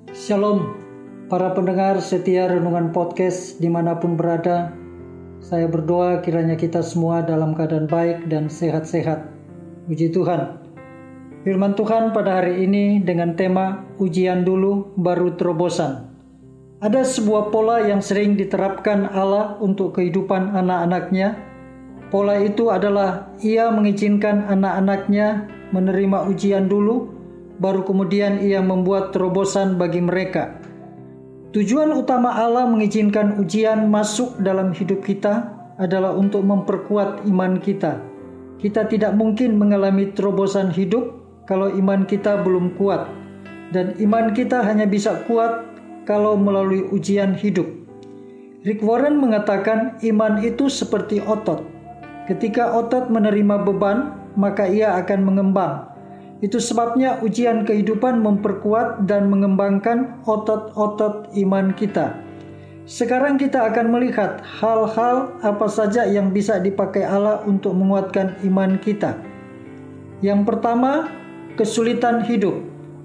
Shalom, para pendengar setia Renungan Podcast dimanapun berada. Saya berdoa kiranya kita semua dalam keadaan baik dan sehat-sehat. Puji Tuhan. Firman Tuhan pada hari ini dengan tema ujian dulu baru terobosan. Ada sebuah pola yang sering diterapkan Allah untuk kehidupan anak-anaknya. Pola itu adalah Ia mengizinkan anak-anaknya menerima ujian dulu, baru kemudian Ia membuat terobosan bagi mereka. Tujuan utama Allah mengizinkan ujian masuk dalam hidup kita adalah untuk memperkuat iman kita. Kita tidak mungkin mengalami terobosan hidup kalau iman kita belum kuat, dan iman kita hanya bisa kuat kalau melalui ujian hidup. Rick Warren mengatakan iman itu seperti otot. Ketika otot menerima beban, maka ia akan mengembang. Itu sebabnya ujian kehidupan memperkuat dan mengembangkan otot-otot iman kita. Sekarang kita akan melihat hal-hal apa saja yang bisa dipakai Allah untuk menguatkan iman kita. Yang pertama, kesulitan hidup.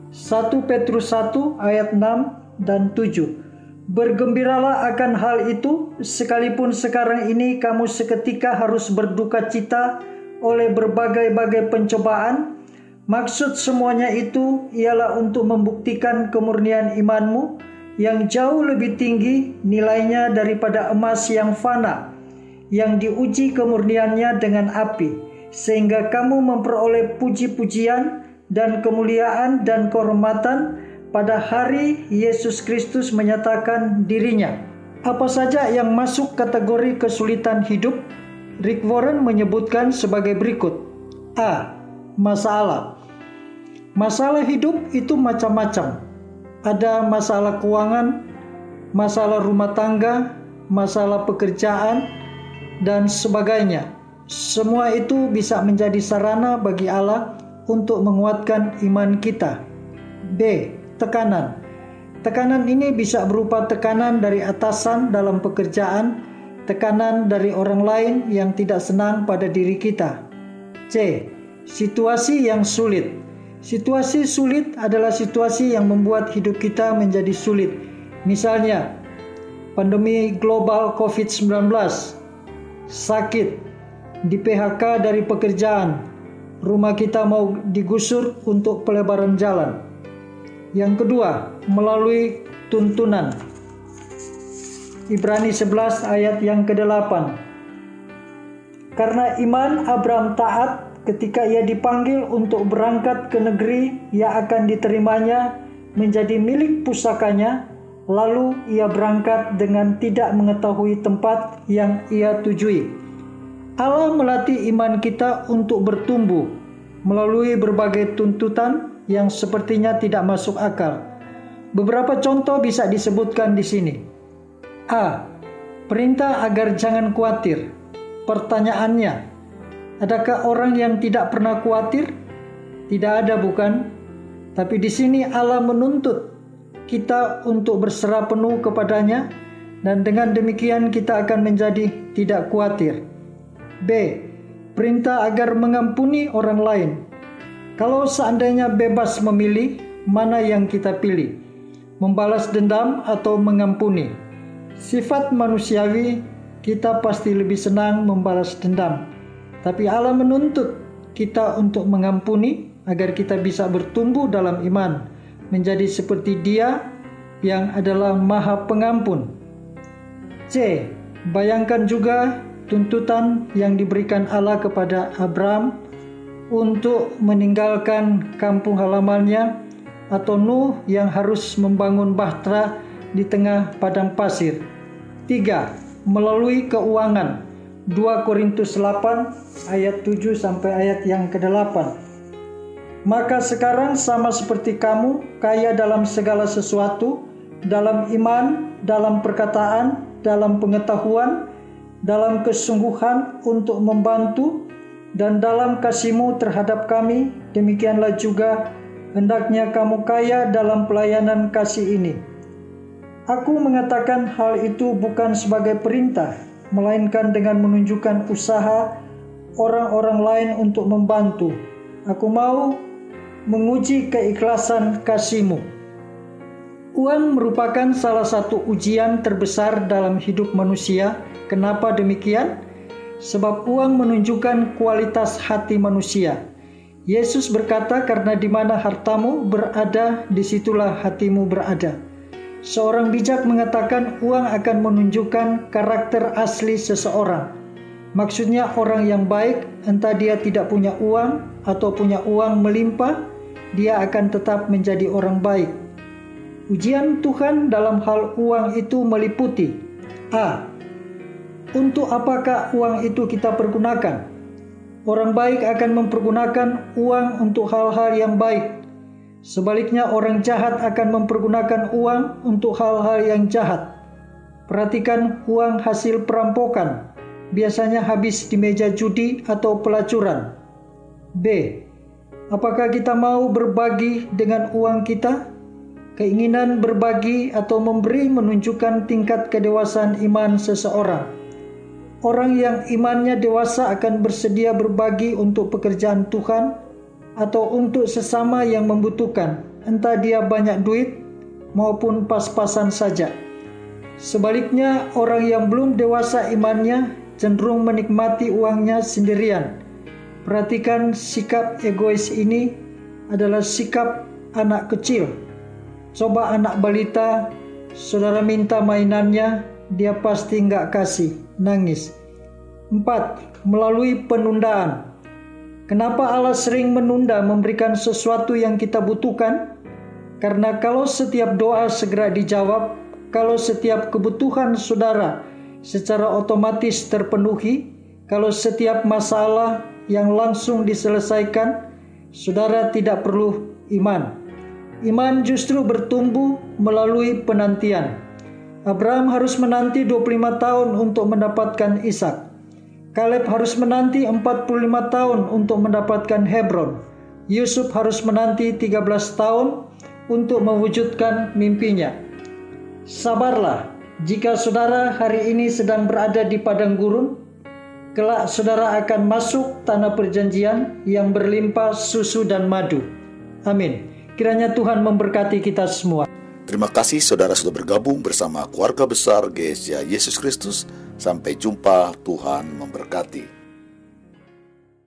1 Petrus 1 ayat 6 dan 7. Bergembiralah akan hal itu, sekalipun sekarang ini kamu seketika harus berduka cita oleh berbagai-bagai pencobaan. Maksud semuanya itu ialah untuk membuktikan kemurnian imanmu yang jauh lebih tinggi nilainya daripada emas yang fana, yang diuji kemurniannya dengan api, sehingga kamu memperoleh puji-pujian dan kemuliaan dan kehormatan pada hari Yesus Kristus menyatakan dirinya. Apa saja yang masuk kategori kesulitan hidup? Rick Warren menyebutkan sebagai berikut. A. Masalah. Masalah hidup itu macam-macam. Ada masalah keuangan, masalah rumah tangga, masalah pekerjaan, dan sebagainya. Semua itu bisa menjadi sarana bagi Allah untuk menguatkan iman kita. B. Tekanan. Tekanan ini bisa berupa tekanan dari atasan dalam pekerjaan, tekanan dari orang lain yang tidak senang pada diri kita. C. Situasi yang sulit. Situasi sulit adalah situasi yang membuat hidup kita menjadi sulit. Misalnya, pandemi global COVID-19, sakit, di PHK dari pekerjaan, rumah kita mau digusur untuk pelebaran jalan. Yang kedua, melalui tuntunan. Ibrani 11 ayat yang ke-8. Karena iman Abraham taat ketika ia dipanggil untuk berangkat ke negeri yang akan diterimanya menjadi milik pusakanya, lalu ia berangkat dengan tidak mengetahui tempat yang ia tujui. Allah melatih iman kita untuk bertumbuh melalui berbagai tuntutan yang sepertinya tidak masuk akal. Beberapa contoh bisa disebutkan di sini. A. Perintah agar jangan khawatir. Pertanyaannya, adakah orang yang tidak pernah khawatir? Tidak ada, bukan? Tapi di sini Allah menuntut kita untuk berserah penuh kepadanya, dan dengan demikian kita akan menjadi tidak khawatir. B. Perintah agar mengampuni orang lain. Kalau seandainya bebas memilih, mana yang kita pilih? Membalas dendam atau mengampuni? Sifat manusiawi, kita pasti lebih senang membalas dendam. Tapi Allah menuntut kita untuk mengampuni agar kita bisa bertumbuh dalam iman, menjadi seperti Dia yang adalah Maha Pengampun. C. Bayangkan juga tuntutan yang diberikan Allah kepada Abraham untuk meninggalkan kampung halamannya, atau Nuh yang harus membangun bahtera di tengah padang pasir. 3. Melalui keuangan. 2 Korintus 8 ayat 7 sampai ayat yang ke-8. Maka sekarang sama seperti kamu, kaya dalam segala sesuatu, dalam iman, dalam perkataan, dalam pengetahuan, dalam kesungguhan untuk membantu, dan dalam kasihmu terhadap kami, demikianlah juga hendaknya kamu kaya dalam pelayanan kasih ini. Aku mengatakan hal itu bukan sebagai perintah, melainkan dengan menunjukkan usaha orang-orang lain untuk membantu. Aku mau menguji keikhlasan kasihmu. Uang merupakan salah satu ujian terbesar dalam hidup manusia. Kenapa demikian? Sebab uang menunjukkan kualitas hati manusia. Yesus berkata, karena di mana hartamu berada, disitulah hatimu berada. Seorang bijak mengatakan uang akan menunjukkan karakter asli seseorang. Maksudnya orang yang baik, entah dia tidak punya uang atau punya uang melimpah, dia akan tetap menjadi orang baik. Ujian Tuhan dalam hal uang itu meliputi A. Untuk apakah uang itu kita pergunakan? Orang baik akan mempergunakan uang untuk hal-hal yang baik. Sebaliknya orang jahat akan mempergunakan uang untuk hal-hal yang jahat. Perhatikan uang hasil perampokan. Biasanya habis di meja judi atau pelacuran. B. Apakah kita mau berbagi dengan uang kita? Keinginan berbagi atau memberi menunjukkan tingkat kedewasaan iman seseorang. Orang yang imannya dewasa akan bersedia berbagi untuk pekerjaan Tuhan atau untuk sesama yang membutuhkan, entah dia banyak duit maupun pas-pasan saja. Sebaliknya, orang yang belum dewasa imannya cenderung menikmati uangnya sendirian. Perhatikan sikap egois ini adalah sikap anak kecil. Coba anak balita, saudara minta mainannya, dia pasti nggak kasih, nangis. 4. Melalui penundaan. Kenapa Allah sering menunda memberikan sesuatu yang kita butuhkan? Karena kalau setiap doa segera dijawab, kalau setiap kebutuhan saudara secara otomatis terpenuhi, kalau setiap masalah yang langsung diselesaikan, saudara tidak perlu iman. Iman justru bertumbuh melalui penantian. Abraham harus menanti 25 tahun untuk mendapatkan Ishak. Kaleb harus menanti 45 tahun untuk mendapatkan Hebron. Yusuf harus menanti 13 tahun untuk mewujudkan mimpinya. Sabarlah, jika saudara hari ini sedang berada di padang gurun, kelak saudara akan masuk tanah perjanjian yang berlimpah susu dan madu. Amin. Kiranya Tuhan memberkati kita semua. Terima kasih saudara sudah bergabung bersama keluarga besar Gereja Yesus Kristus. Sampai jumpa, Tuhan memberkati.